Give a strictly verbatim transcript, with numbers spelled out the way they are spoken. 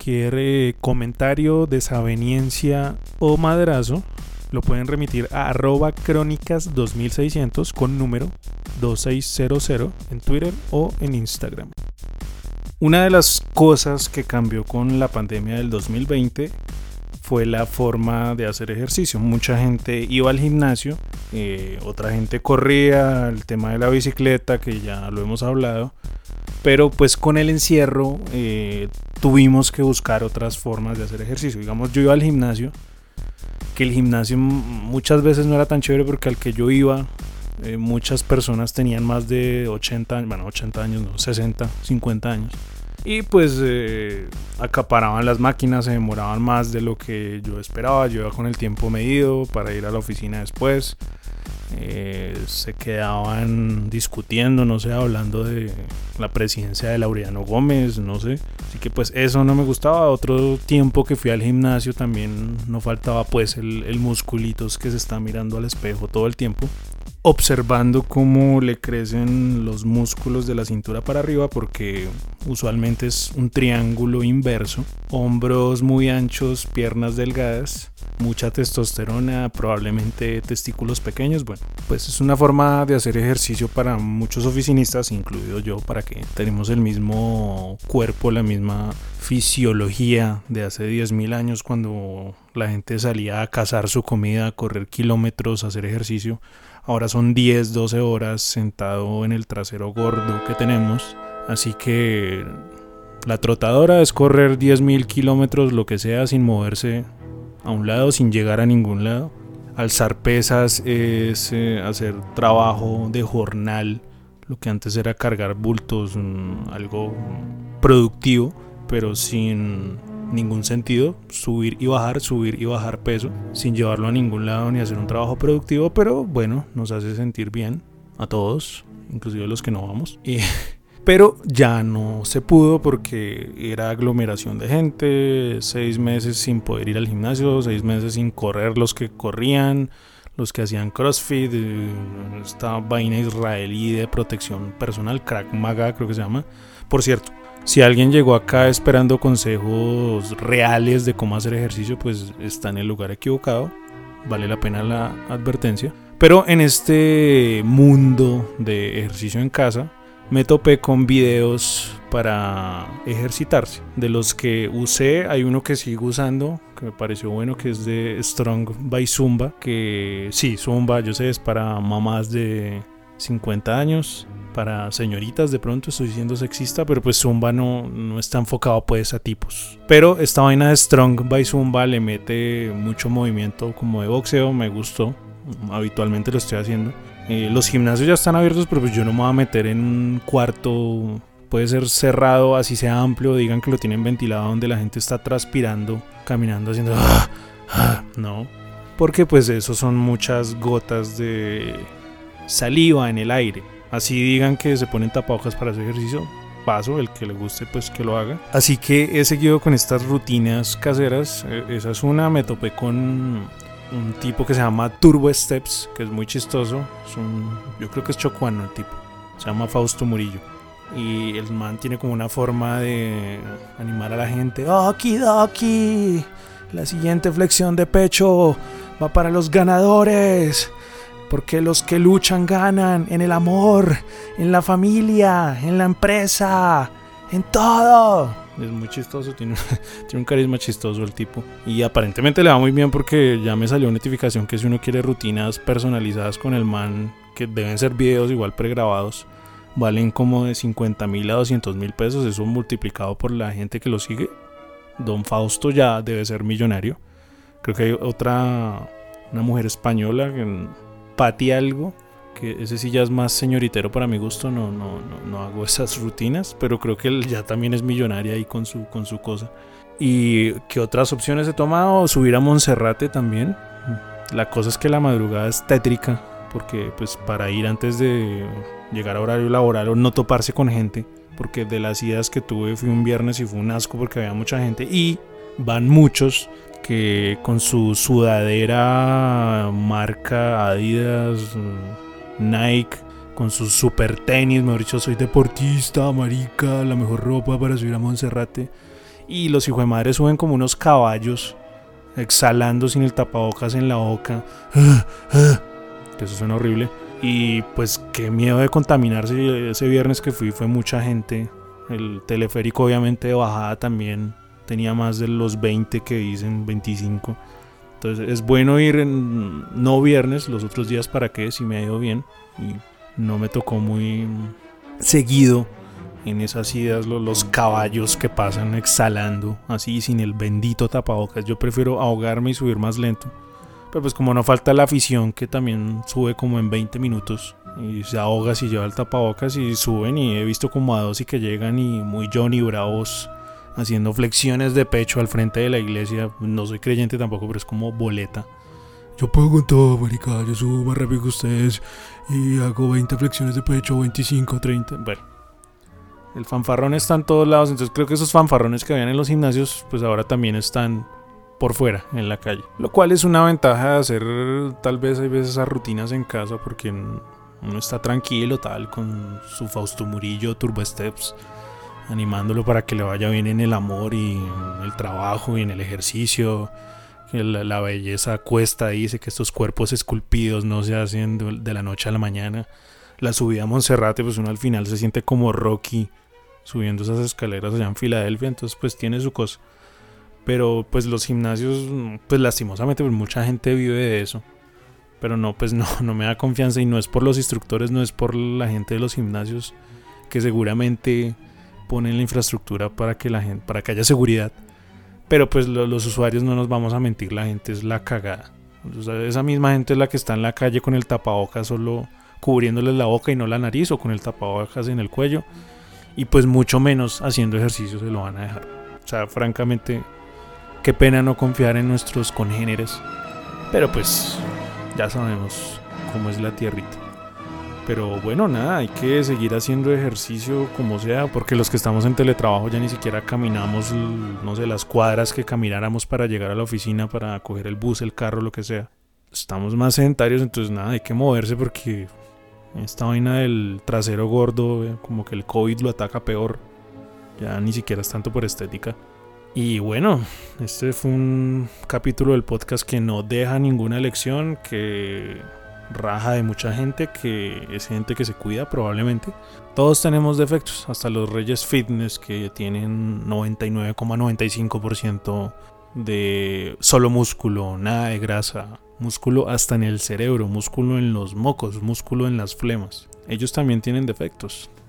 cualquier eh, comentario, desaveniencia o madrazo, lo pueden remitir a arroba crónicas dos mil seiscientos con número dos seis cero cero en Twitter o en Instagram. Una de las cosas que cambió con la pandemia del dos mil veinte fue la forma de hacer ejercicio. Mucha gente iba al gimnasio, eh, otra gente corría, el tema de la bicicleta que ya lo hemos hablado, pero pues con el encierro eh, tuvimos que buscar otras formas de hacer ejercicio. Digamos, yo iba al gimnasio, que el gimnasio muchas veces no era tan chévere porque al que yo iba eh, muchas personas tenían más de ochenta años, bueno ochenta años, no, sesenta, cincuenta años. Y pues eh, acaparaban las máquinas, se demoraban más de lo que yo esperaba. Yo iba con el tiempo medido para ir a la oficina después. Eh, se quedaban discutiendo, no sé, hablando de la presidencia de Laureano Gómez, no sé. Así que pues eso no me gustaba. Otro tiempo que fui al gimnasio también no faltaba pues el, el musculitos que se está mirando al espejo todo el tiempo, observando cómo le crecen los músculos de la cintura para arriba, porque usualmente es un triángulo inverso: hombros muy anchos, piernas delgadas, mucha testosterona, probablemente testículos pequeños. Bueno, pues es una forma de hacer ejercicio para muchos oficinistas, incluido yo, para que tenemos el mismo cuerpo, la misma fisiología de hace diez mil años, cuando la gente salía a cazar su comida, a correr kilómetros, a hacer ejercicio. Ahora son diez, doce horas sentado en el trasero gordo que tenemos. Así que la trotadora es correr diez mil kilómetros, lo que sea, sin moverse a un lado, sin llegar a ningún lado. Alzar pesas es eh, hacer trabajo de jornal, lo que antes era cargar bultos, mmm, algo productivo, pero sin ningún sentido. Subir y bajar, subir y bajar peso, sin llevarlo a ningún lado ni hacer un trabajo productivo, pero bueno, nos hace sentir bien a todos, inclusive a los que no vamos. Y pero ya no se pudo porque era aglomeración de gente, seis meses sin poder ir al gimnasio, seis meses sin correr los que corrían, los que hacían CrossFit, esta vaina israelí de protección personal, Krav Maga creo que se llama. Por cierto, si alguien llegó acá esperando consejos reales de cómo hacer ejercicio, pues está en el lugar equivocado, vale la pena la advertencia. Pero en este mundo de ejercicio en casa, me topé con videos para ejercitarse. De los que usé, hay uno que sigo usando, que me pareció bueno, que es de Strong by Zumba. Que sí, Zumba, yo sé, es para mamás de cincuenta años, para señoritas, de pronto estoy siendo sexista, pero pues Zumba no, no está enfocado pues a tipos. Pero esta vaina de Strong by Zumba le mete mucho movimiento como de boxeo, me gustó. Habitualmente lo estoy haciendo. Eh, los gimnasios ya están abiertos, pero pues yo no me voy a meter en un cuarto, puede ser cerrado, así sea amplio, digan que lo tienen ventilado, donde la gente está transpirando, caminando, haciendo ah, ah, no, porque pues eso son muchas gotas de saliva en el aire. Así digan que se ponen tapabocas para hacer ejercicio, paso, el que le guste pues que lo haga. Así que he seguido con estas rutinas caseras. eh, esa es una. Me topé con un tipo que se llama Turbo Steps, que es muy chistoso. Es un, yo creo que es chocuano el tipo, se llama Fausto Murillo, y el man tiene como una forma de animar a la gente. Okidoki, la siguiente flexión de pecho va para los ganadores, porque los que luchan ganan en el amor, en la familia, en la empresa, en todo. Es muy chistoso, tiene, tiene un carisma chistoso el tipo. Y aparentemente le va muy bien, porque ya me salió notificación que si uno quiere rutinas personalizadas con el man, que deben ser videos igual pregrabados, valen como de cincuenta mil a doscientos mil pesos. Eso multiplicado por la gente que lo sigue. Don Fausto ya debe ser millonario. Creo que hay otra, una mujer española, que Pati algo, que ese sí ya es más señoritero para mi gusto. No, no, no, no hago esas rutinas, pero creo que él ya también es millonaria ahí con su, con su cosa. ¿Y qué otras opciones he tomado? Subir a Monserrate también. La cosa es que la madrugada es tétrica, porque pues para ir antes de llegar a horario laboral o no toparse con gente, porque de las idas que tuve fui un viernes y fue un asco porque había mucha gente, y van muchos que con su sudadera marca Adidas, Nike, con sus super tenis, mejor dicho, soy deportista, marica, la mejor ropa para subir a Monserrate. y los hijos de madre suben como unos caballos exhalando sin el tapabocas en la boca. Que eso suena horrible. Y pues qué miedo de contaminarse. Ese viernes que fui fue mucha gente. El teleférico obviamente de bajada también tenía más de los veinte que dicen, veinticinco. Entonces es bueno ir en, no viernes, los otros días para qué, si me ha ido bien. Y no me tocó muy seguido en esas idas los, los caballos que pasan exhalando así sin el bendito tapabocas. Yo prefiero ahogarme y subir más lento. Pero pues como no falta la afición que también sube como en veinte minutos y se ahoga si lleva el tapabocas y suben, y he visto como a dos y que llegan y muy Johnny Bravos haciendo flexiones de pecho al frente de la iglesia. No soy creyente tampoco, pero es como boleta. Yo puedo con todo, marica, yo subo más rápido que ustedes y hago veinte flexiones de pecho, veinticinco, treinta. Bueno, el fanfarrón está en todos lados, entonces creo que esos fanfarrones que habían en los gimnasios, pues ahora también están por fuera, en la calle. Lo cual es una ventaja de hacer tal vez hay veces esas rutinas en casa, porque uno está tranquilo, tal, con su Fausto Murillo Turbo Steps, animándolo para que le vaya bien en el amor y en el trabajo y en el ejercicio. Que la, la belleza cuesta, dice que estos cuerpos esculpidos no se hacen de, de la noche a la mañana. La subida a Monserrate, pues uno al final se siente como Rocky subiendo esas escaleras allá en Filadelfia, entonces pues tiene su cosa. Pero pues los gimnasios, pues lastimosamente pues mucha gente vive de eso. Pero no, pues no, no me da confianza, y no es por los instructores, no es por la gente de los gimnasios, que seguramente ponen la infraestructura para que la gente, para que haya seguridad. Pero pues lo, los usuarios, no nos vamos a mentir, la gente es la cagada. O sea, esa misma gente es la que está en la calle con el tapabocas solo cubriéndoles la boca y no la nariz, o con el tapabocas en el cuello, y pues mucho menos haciendo ejercicio se lo van a dejar. O sea, francamente, qué pena no confiar en nuestros congéneres, pero pues ya sabemos cómo es la tierrita. Pero bueno, nada, hay que seguir haciendo ejercicio como sea, porque los que estamos en teletrabajo ya ni siquiera caminamos, no sé, las cuadras que camináramos para llegar a la oficina, para coger el bus, el carro, lo que sea. Estamos más sedentarios, entonces nada, hay que moverse, porque esta vaina del trasero gordo, como que el COVID lo ataca peor. Ya ni siquiera es tanto por estética. Y bueno, este fue un capítulo del podcast que no deja ninguna lección, que raja de mucha gente, que es gente que se cuida probablemente. Todos tenemos defectos, hasta los reyes fitness, que tienen noventa y nueve coma noventa y cinco por ciento de solo músculo, nada de grasa, músculo hasta en el cerebro, músculo en los mocos, músculo en las flemas. Ellos también tienen defectos.